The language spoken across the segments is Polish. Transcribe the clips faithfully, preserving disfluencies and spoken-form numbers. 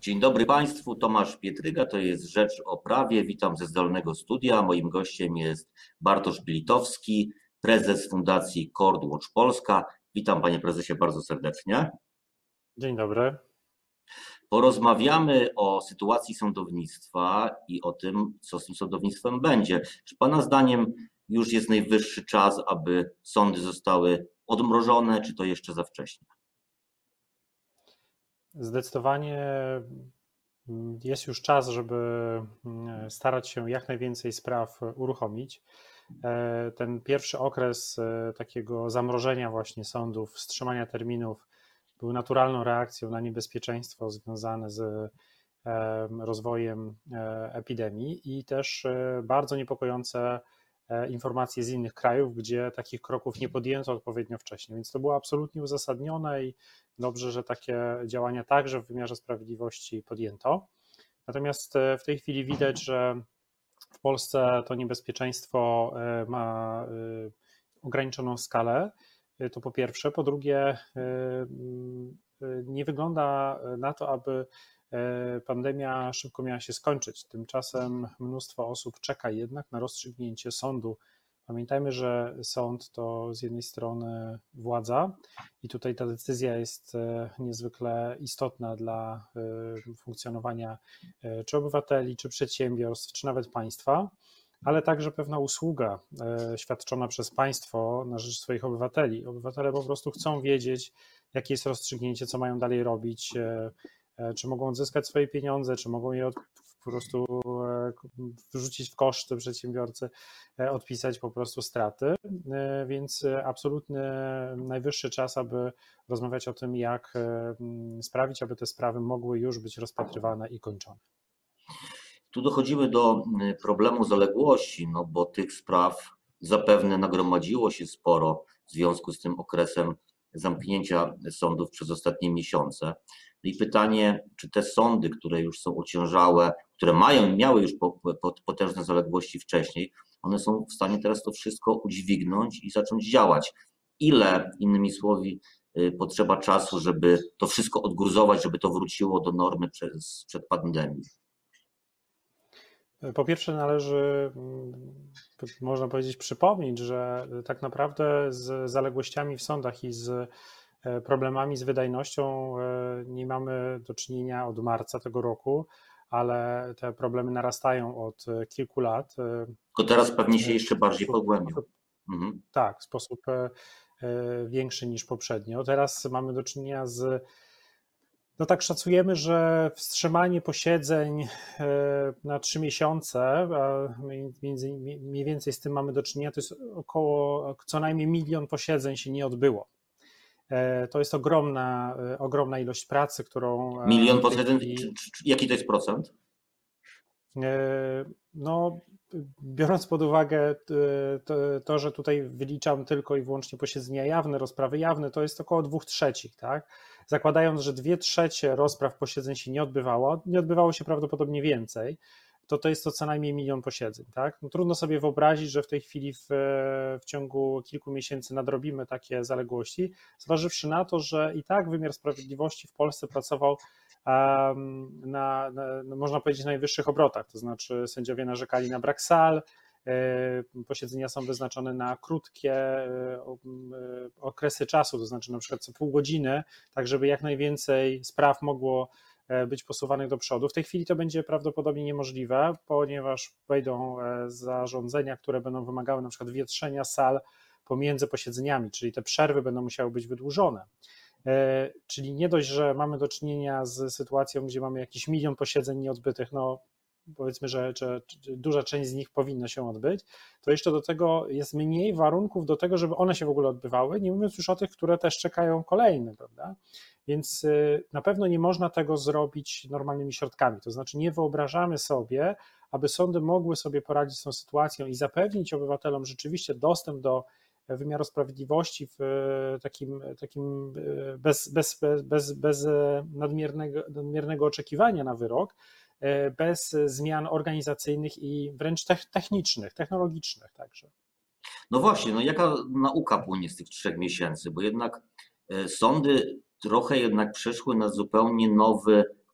Dzień dobry Państwu, Tomasz Pietryga, to jest Rzecz o Prawie. Witam ze zdalnego studia. Moim gościem jest Bartosz Pilitowski, prezes Fundacji CourtWatch Polska. Witam Panie Prezesie bardzo serdecznie. Dzień dobry. Porozmawiamy o sytuacji sądownictwa i o tym, co z tym sądownictwem będzie. Czy Pana zdaniem już jest najwyższy czas, aby sądy zostały odmrożone, czy to jeszcze za wcześnie? Zdecydowanie jest już czas, żeby starać się jak najwięcej spraw uruchomić. Ten pierwszy okres takiego zamrożenia właśnie sądów, wstrzymania terminów był naturalną reakcją na niebezpieczeństwo związane z rozwojem epidemii i też bardzo niepokojące informacje z innych krajów, gdzie takich kroków nie podjęto odpowiednio wcześnie, więc to było absolutnie uzasadnione i dobrze, że takie działania także w wymiarze sprawiedliwości podjęto. Natomiast w tej chwili widać, że w Polsce to niebezpieczeństwo ma ograniczoną skalę, to po pierwsze. Po drugie, nie wygląda na to, aby pandemia szybko miała się skończyć. Tymczasem mnóstwo osób czeka jednak na rozstrzygnięcie sądu. Pamiętajmy, że sąd to z jednej strony władza i tutaj ta decyzja jest niezwykle istotna dla funkcjonowania czy obywateli, czy przedsiębiorstw, czy nawet państwa, ale także pewna usługa świadczona przez państwo na rzecz swoich obywateli. Obywatele po prostu chcą wiedzieć, jakie jest rozstrzygnięcie, co mają dalej robić, czy mogą odzyskać swoje pieniądze, czy mogą je od, po prostu wrzucić w koszty przedsiębiorcy, odpisać po prostu straty, więc absolutny najwyższy czas, aby rozmawiać o tym, jak sprawić, aby te sprawy mogły już być rozpatrywane i kończone. Tu dochodzimy do problemu zaległości, no bo tych spraw zapewne nagromadziło się sporo w związku z tym okresem zamknięcia sądów przez ostatnie miesiące. I pytanie, czy te sądy, które już są ociężałe, które mają, miały już potężne zaległości wcześniej, one są w stanie teraz to wszystko udźwignąć i zacząć działać. Ile, innymi słowy, potrzeba czasu, żeby to wszystko odgruzować, żeby to wróciło do normy przez, przed pandemią? Po pierwsze należy, można powiedzieć, przypomnieć, że tak naprawdę z zaległościami w sądach i z problemami z wydajnością nie mamy do czynienia od marca tego roku, ale te problemy narastają od kilku lat. Tylko teraz pewnie się jeszcze bardziej pogłębią. Mhm. Tak, w sposób większy niż poprzednio. Teraz mamy do czynienia z No tak szacujemy, że wstrzymanie posiedzeń na trzy miesiące, a między, mniej więcej z tym mamy do czynienia, to jest około co najmniej milion posiedzeń się nie odbyło. To jest ogromna, ogromna ilość pracy, którą... Milion posiedzeń, jaki to jest procent? No, biorąc pod uwagę to, to, że tutaj wyliczam tylko i wyłącznie posiedzenia jawne, rozprawy jawne, to jest około dwóch trzecich, tak? Zakładając, że dwie trzecie rozpraw posiedzeń się nie odbywało, nie odbywało się prawdopodobnie więcej, to to jest to co najmniej milion posiedzeń, tak? No, trudno sobie wyobrazić, że w tej chwili w, w ciągu kilku miesięcy nadrobimy takie zaległości, zważywszy na to, że i tak wymiar sprawiedliwości w Polsce pracował Na, na, no można powiedzieć, na najwyższych obrotach, to znaczy sędziowie narzekali na brak sal, posiedzenia są wyznaczone na krótkie okresy czasu, to znaczy na przykład co pół godziny, tak żeby jak najwięcej spraw mogło być posuwanych do przodu. W tej chwili to będzie prawdopodobnie niemożliwe, ponieważ wejdą zarządzenia, które będą wymagały na przykład wietrzenia sal pomiędzy posiedzeniami, czyli te przerwy będą musiały być wydłużone. Czyli nie dość, że mamy do czynienia z sytuacją, gdzie mamy jakiś milion posiedzeń nieodbytych, no powiedzmy, że, że duża część z nich powinna się odbyć, to jeszcze do tego jest mniej warunków do tego, żeby one się w ogóle odbywały, nie mówiąc już o tych, które też czekają kolejne, prawda? Więc na pewno nie można tego zrobić normalnymi środkami, to znaczy nie wyobrażamy sobie, aby sądy mogły sobie poradzić z tą sytuacją i zapewnić obywatelom rzeczywiście dostęp do wymiaru sprawiedliwości w takim, takim bez, bez, bez, bez nadmiernego, nadmiernego oczekiwania na wyrok, bez zmian organizacyjnych i wręcz technicznych, technologicznych także. No właśnie, no jaka nauka płynie z tych trzech miesięcy, bo jednak sądy trochę jednak przeszły na zupełnie nowy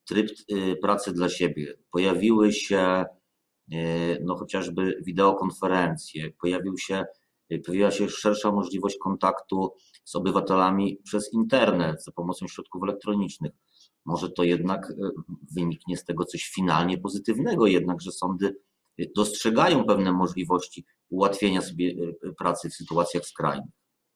tryb pracy dla siebie, pojawiły się no chociażby wideokonferencje, pojawił się, pojawiła się szersza możliwość kontaktu z obywatelami przez internet za pomocą środków elektronicznych. Może to jednak wyniknie z tego coś finalnie pozytywnego, jednak, że sądy dostrzegają pewne możliwości ułatwienia sobie pracy w sytuacjach skrajnych.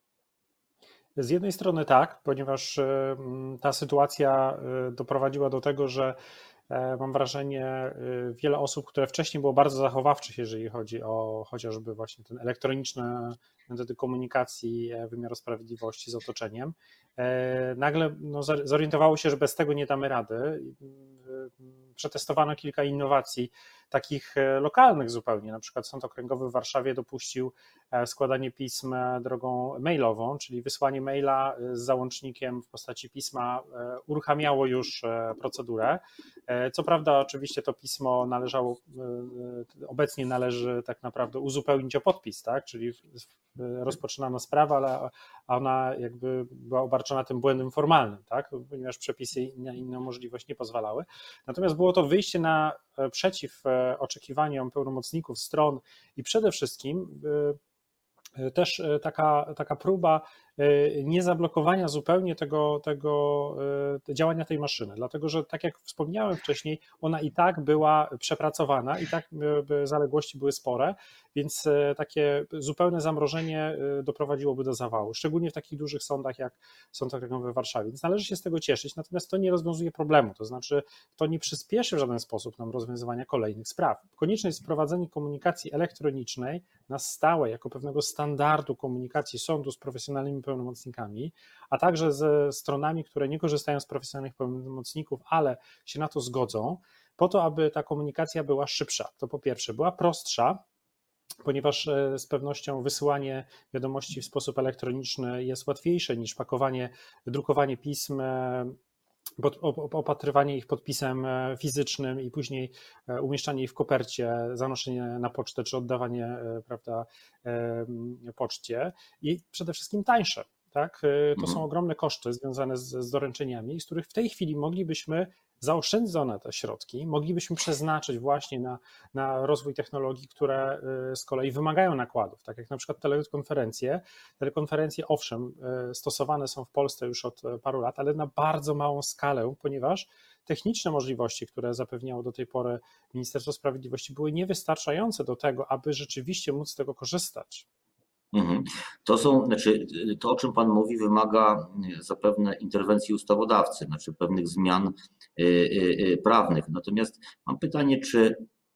Z jednej strony tak, ponieważ ta sytuacja doprowadziła do tego, że mam wrażenie, wiele osób, które wcześniej było bardzo zachowawczych, jeżeli chodzi o chociażby właśnie ten elektroniczne metody komunikacji wymiaru sprawiedliwości z otoczeniem, nagle no, zorientowało się, że bez tego nie damy rady. Przetestowano kilka innowacji, takich lokalnych zupełnie. Na przykład Sąd Okręgowy w Warszawie dopuścił składanie pism drogą mailową, czyli wysłanie maila z załącznikiem w postaci pisma uruchamiało już procedurę. Co prawda oczywiście to pismo należało, obecnie należy tak naprawdę uzupełnić o podpis, tak? Czyli rozpoczynano sprawę, ale ona jakby była obarczona tym błędem formalnym, tak? Ponieważ przepisy na inną możliwość nie pozwalały. Natomiast było to wyjście naprzeciw oczekiwaniom pełnomocników stron i przede wszystkim też taka, taka próba nie zablokowania zupełnie tego, tego działania tej maszyny, dlatego że tak jak wspomniałem wcześniej, ona i tak była przepracowana, i tak zaległości były spore, więc takie zupełne zamrożenie doprowadziłoby do zawału, szczególnie w takich dużych sądach jak Sąd Okręgowy w Warszawie, więc należy się z ciego cieszyć, natomiast to nie rozwiązuje problemu, to znaczy to nie przyspieszy w żaden sposób nam rozwiązywania kolejnych spraw. Konieczne jest wprowadzenie komunikacji elektronicznej na stałe, jako pewnego standardu komunikacji sądu z profesjonalnymi pełnomocnikami, a także ze stronami, które nie korzystają z profesjonalnych pełnomocników, ale się na to zgodzą, po to, aby ta komunikacja była szybsza. To po pierwsze, była prostsza, ponieważ z pewnością wysyłanie wiadomości w sposób elektroniczny jest łatwiejsze niż pakowanie, drukowanie pism, opatrywanie ich podpisem fizycznym i później umieszczanie ich w kopercie, zanoszenie na pocztę czy oddawanie, prawda, poczcie i przede wszystkim tańsze. Tak? To są ogromne koszty związane z, z doręczeniami, z których w tej chwili moglibyśmy zaoszczędzone te środki moglibyśmy przeznaczyć właśnie na, na rozwój technologii, które z kolei wymagają nakładów, tak jak na przykład telekonferencje. Telekonferencje owszem stosowane są w Polsce już od paru lat, ale na bardzo małą skalę, ponieważ techniczne możliwości, które zapewniało do tej pory Ministerstwo Sprawiedliwości, były niewystarczające do tego, aby rzeczywiście móc z tego korzystać. To są, znaczy to, o czym Pan mówi, wymaga zapewne interwencji ustawodawcy, znaczy pewnych zmian prawnych. Natomiast mam pytanie, czy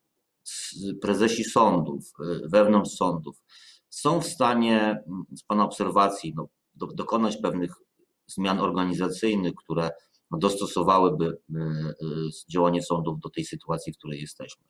prezesi sądów, wewnątrz sądów są w stanie z Pana obserwacji no, do, dokonać pewnych zmian organizacyjnych, które no, dostosowałyby działanie sądów do tej sytuacji, w której jesteśmy?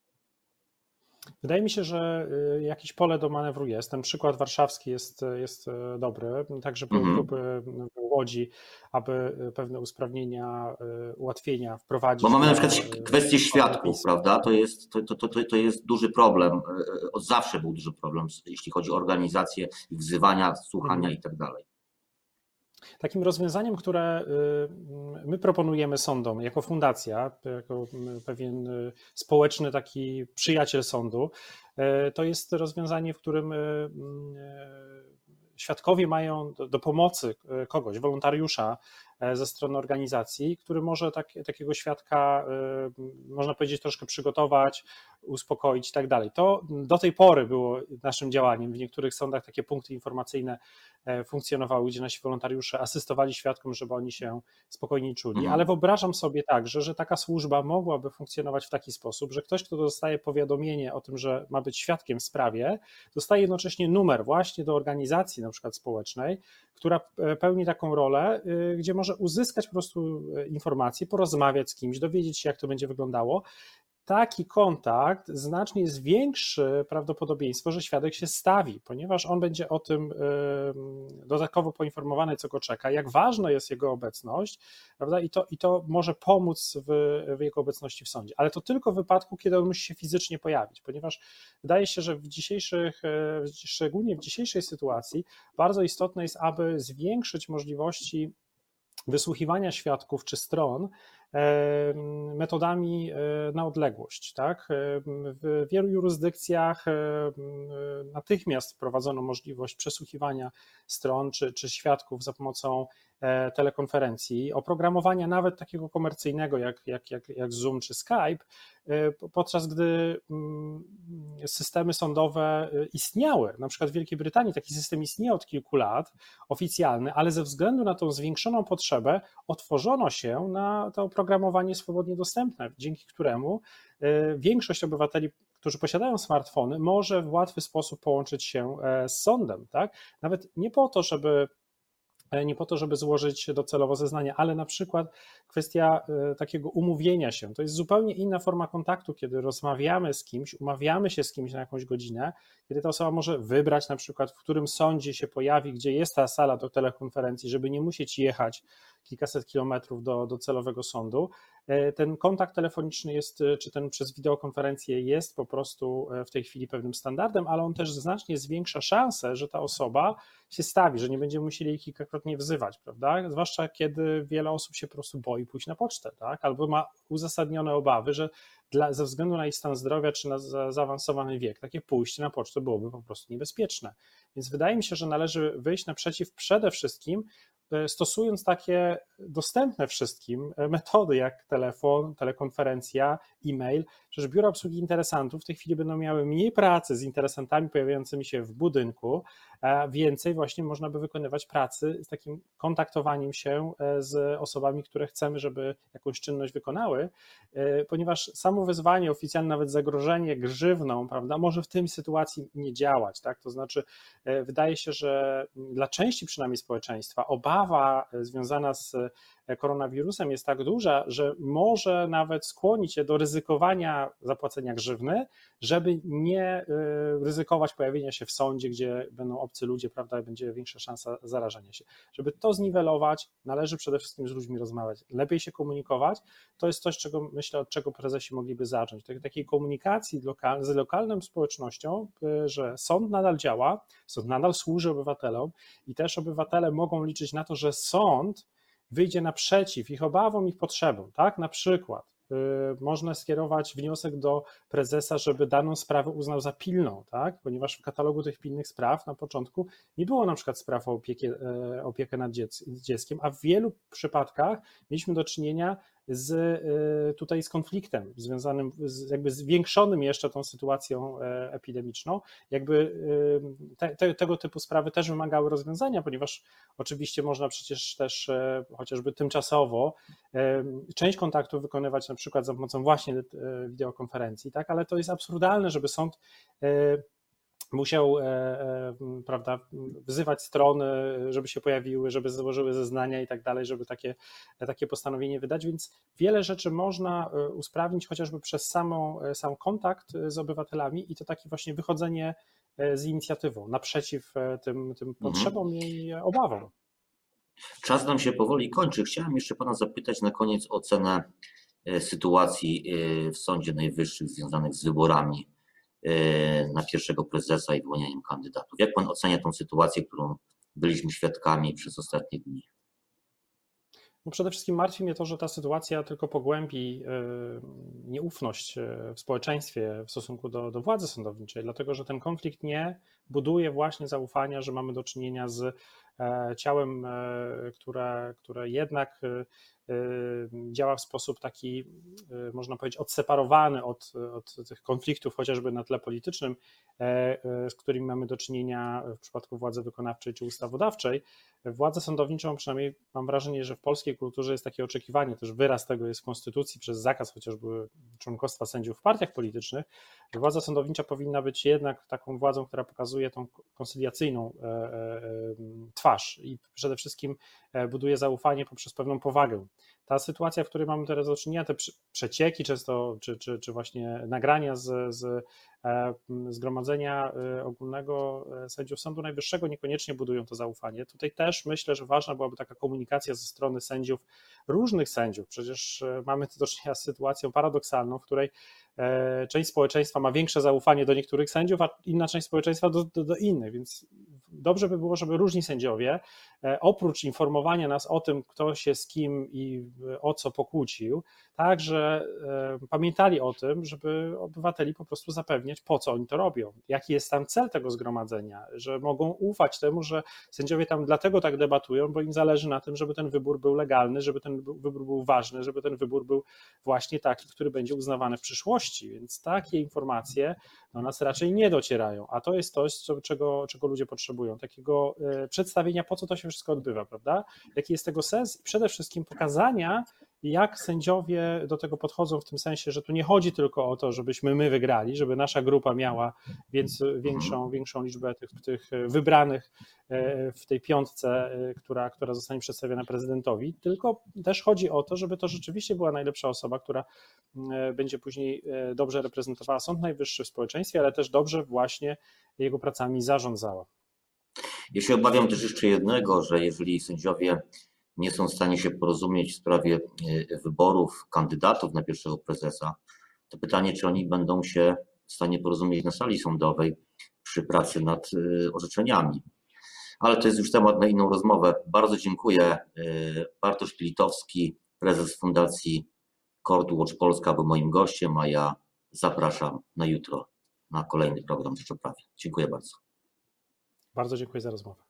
Wydaje mi się, że jakieś pole do manewru jest. Ten przykład warszawski jest, jest dobry. Także były Mhm. próby w Łodzi, aby pewne usprawnienia, ułatwienia wprowadzić. Bo mamy na na przykład kwestię świadków, prawda? To jest, to, to, to, to jest duży problem. Od zawsze był duży problem, jeśli chodzi o organizację, wzywania, słuchania mhm. i tak dalej. Takim rozwiązaniem, które my proponujemy sądom jako fundacja, jako pewien społeczny taki przyjaciel sądu, to jest rozwiązanie, w którym świadkowie mają do, do pomocy kogoś, wolontariusza ze strony organizacji, który może tak, takiego świadka, można powiedzieć, troszkę przygotować, uspokoić i tak dalej. To do tej pory było naszym działaniem. W niektórych sądach takie punkty informacyjne funkcjonowały, gdzie nasi wolontariusze asystowali świadkom, żeby oni się spokojniej czuli, Mhm. ale wyobrażam sobie także, że taka służba mogłaby funkcjonować w taki sposób, że ktoś, kto dostaje powiadomienie o tym, że ma być świadkiem w sprawie, dostaje jednocześnie numer właśnie do organizacji na przykład społecznej, która pełni taką rolę, gdzie może uzyskać po prostu informacje, porozmawiać z kimś, dowiedzieć się, jak to będzie wyglądało. Taki kontakt znacznie zwiększy prawdopodobieństwo, że świadek się stawi, ponieważ on będzie o tym dodatkowo poinformowany, co go czeka, jak ważna jest jego obecność, prawda? I to, i to może pomóc w, w jego obecności w sądzie, ale to tylko w wypadku, kiedy on musi się fizycznie pojawić, ponieważ wydaje się, że w dzisiejszych, szczególnie w dzisiejszej sytuacji bardzo istotne jest, aby zwiększyć możliwości wysłuchiwania świadków czy stron metodami na odległość. Tak? W wielu jurysdykcjach natychmiast wprowadzono możliwość przesłuchiwania stron czy, czy świadków za pomocą telekonferencji, oprogramowania nawet takiego komercyjnego jak, jak, jak, jak Zoom czy Skype, podczas gdy systemy sądowe istniały. Na przykład w Wielkiej Brytanii taki system istnieje od kilku lat, oficjalny, ale ze względu na tą zwiększoną potrzebę otworzono się na to oprogramowanie swobodnie dostępne, dzięki któremu większość obywateli, którzy posiadają smartfony, może w łatwy sposób połączyć się z sądem. Tak? Nawet nie po to, żeby nie po to, żeby złożyć docelowo zeznanie, ale na przykład kwestia takiego umówienia się. To jest zupełnie inna forma kontaktu, kiedy rozmawiamy z kimś, umawiamy się z kimś na jakąś godzinę, kiedy ta osoba może wybrać na przykład, w którym sądzie się pojawi, gdzie jest ta sala do telekonferencji, żeby nie musieć jechać kilkaset kilometrów do docelowego sądu. Ten kontakt telefoniczny jest, czy ten przez wideokonferencję jest po prostu w tej chwili pewnym standardem, ale on też znacznie zwiększa szansę, że ta osoba się stawi, że nie będziemy musieli jej kilkakrotnie wzywać, prawda? Zwłaszcza kiedy wiele osób się po prostu boi pójść na pocztę, tak? Albo ma uzasadnione obawy, że dla, ze względu na ich stan zdrowia czy na za, zaawansowany wiek, takie pójście na pocztę byłoby po prostu niebezpieczne. Więc wydaje mi się, że należy wyjść naprzeciw przede wszystkim stosując takie dostępne wszystkim metody jak telefon, telekonferencja, e-mail. Przecież biura obsługi interesantów w tej chwili będą miały mniej pracy z interesantami pojawiającymi się w budynku, a więcej właśnie można by wykonywać pracy z takim kontaktowaniem się z osobami, które chcemy, żeby jakąś czynność wykonały, ponieważ samo wezwanie oficjalne, nawet zagrożenie grzywną, prawda, może w tej sytuacji nie działać. Tak? To znaczy wydaje się, że dla części przynajmniej społeczeństwa obawa związana z koronawirusem jest tak duża, że może nawet skłonić je do ryzykowania zapłacenia grzywny, żeby nie ryzykować pojawienia się w sądzie, gdzie będą obcy ludzie, prawda, i będzie większa szansa zarażenia się. Żeby to zniwelować, należy przede wszystkim z ludźmi rozmawiać, lepiej się komunikować. To jest coś, czego myślę, od czego prezesi mogliby zacząć. Takiej komunikacji lokal, z lokalną społecznością, że sąd nadal działa, sąd nadal służy obywatelom i też obywatele mogą liczyć na to, że sąd wyjdzie naprzeciw ich obawom, ich potrzebom, tak? Na przykład y, można skierować wniosek do prezesa, żeby daną sprawę uznał za pilną, tak? Ponieważ w katalogu tych pilnych spraw na początku nie było na przykład spraw o opiekę, y, opiekę nad dziec, dzieckiem, a w wielu przypadkach mieliśmy do czynienia z, y, tutaj z konfliktem związanym, z, jakby zwiększonym jeszcze tą sytuacją epidemiczną. Jakby y, te, te, tego typu sprawy też wymagały rozwiązania, ponieważ oczywiście można przecież też chociażby tymczasowo część kontaktów wykonywać na przykład za pomocą właśnie wideokonferencji, tak? Ale to jest absurdalne, żeby sąd musiał, prawda, wzywać strony, żeby się pojawiły, żeby złożyły zeznania i tak dalej, żeby takie, takie postanowienie wydać, więc wiele rzeczy można usprawnić chociażby przez samą, sam kontakt z obywatelami i to takie właśnie wychodzenie z inicjatywą naprzeciw tym, tym potrzebom mhm. i obawom. Czas nam się powoli kończy. Chciałem jeszcze Pana zapytać na koniec o cenę sytuacji w Sądzie Najwyższym związanych z wyborami na pierwszego prezesa i wyłanianiem kandydatów. Jak Pan ocenia tą sytuację, którą byliśmy świadkami przez ostatnie dni? No przede wszystkim martwi mnie to, że ta sytuacja tylko pogłębi nieufność w społeczeństwie w stosunku do, do władzy sądowniczej, dlatego że ten konflikt nie buduje właśnie zaufania, że mamy do czynienia z ciałem, które, które jednak działa w sposób taki, można powiedzieć, odseparowany od, od tych konfliktów, chociażby na tle politycznym, z którymi mamy do czynienia w przypadku władzy wykonawczej czy ustawodawczej. Władzę sądowniczą, przynajmniej mam wrażenie, że w polskiej kulturze jest takie oczekiwanie, też wyraz tego jest w konstytucji przez zakaz chociażby członkostwa sędziów w partiach politycznych, że władza sądownicza powinna być jednak taką władzą, która pokazuje tą koncyliacyjną twarz i przede wszystkim buduje zaufanie poprzez pewną powagę. Ta sytuacja, w której mamy teraz do czynienia, te przecieki często, czy, czy, czy właśnie nagrania z, z Zgromadzenia Ogólnego Sędziów Sądu Najwyższego niekoniecznie budują to zaufanie. Tutaj też myślę, że ważna byłaby taka komunikacja ze strony sędziów, różnych sędziów. Przecież mamy do czynienia z sytuacją paradoksalną, w której część społeczeństwa ma większe zaufanie do niektórych sędziów, a inna część społeczeństwa do, do, do innych, więc dobrze by było, żeby różni sędziowie oprócz informowania nas o tym, kto się z kim i o co pokłócił, także pamiętali o tym, żeby obywateli po prostu zapewniać, po co oni to robią, jaki jest tam cel tego zgromadzenia, że mogą ufać temu, że sędziowie tam dlatego tak debatują, bo im zależy na tym, żeby ten wybór był legalny, żeby ten wybór był ważny, żeby ten wybór był właśnie taki, który będzie uznawany w przyszłości, więc takie informacje do nas raczej nie docierają, a to jest coś, co, czego, czego ludzie potrzebują, takiego przedstawienia, po co to się wszystko odbywa, prawda? Jaki jest tego sens i przede wszystkim pokazania, jak sędziowie do tego podchodzą w tym sensie, że tu nie chodzi tylko o to, żebyśmy my wygrali, żeby nasza grupa miała więc większą, większą liczbę tych, tych wybranych w tej piątce, która, która zostanie przedstawiona prezydentowi, tylko też chodzi o to, żeby to rzeczywiście była najlepsza osoba, która będzie później dobrze reprezentowała Sąd Najwyższy w społeczeństwie, ale też dobrze właśnie jego pracami zarządzała. Ja się obawiam też jeszcze jednego, że jeżeli sędziowie nie są w stanie się porozumieć w sprawie wyborów kandydatów na pierwszego prezesa, to pytanie, czy oni będą się w stanie porozumieć na sali sądowej przy pracy nad orzeczeniami. Ale to jest już temat na inną rozmowę. Bardzo dziękuję. Bartosz Pilitowski, prezes Fundacji Court Watch Polska, był moim gościem, a ja zapraszam na jutro na kolejny program w Prawie. Dziękuję bardzo. Bardzo dziękuję za rozmowę.